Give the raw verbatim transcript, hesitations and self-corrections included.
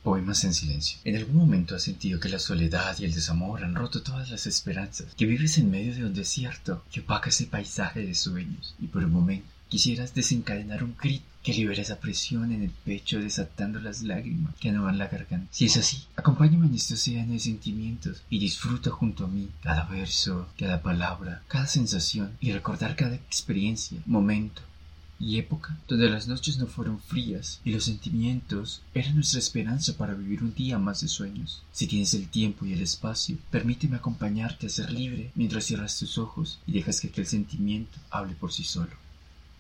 Poemas en silencio. ¿En algún momento has sentido que la soledad y el desamor han roto todas las esperanzas? Que vives en medio de un desierto que opaca ese paisaje de sueños y por un momento quisieras desencadenar un grito que libere esa presión en el pecho, desatando las lágrimas que anudan la garganta? Si es así, acompáñame en este océano de sentimientos y disfruta junto a mí cada verso, cada palabra, cada sensación y recordar cada experiencia, momento y época donde las noches no fueron frías y los sentimientos eran nuestra esperanza para vivir un día más de sueños. Si tienes el tiempo y el espacio, permíteme acompañarte a ser libre mientras cierras tus ojos y dejas que aquel sentimiento hable por sí solo.